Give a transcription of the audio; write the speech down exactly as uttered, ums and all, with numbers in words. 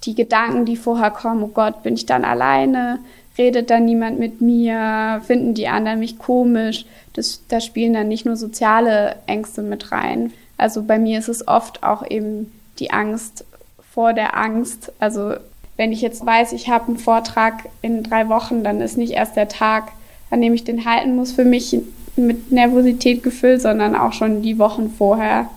die Gedanken, die vorher kommen, oh Gott, bin ich dann alleine? Redet dann niemand mit mir? Finden die anderen mich komisch? Das, da spielen dann nicht nur soziale Ängste mit rein. Also bei mir ist es oft auch eben die Angst vor der Angst. Also wenn ich jetzt weiß, ich habe einen Vortrag in drei Wochen, dann ist nicht erst der Tag, an dem ich den halten muss, für mich mit Nervosität gefüllt, sondern auch schon die Wochen vorher.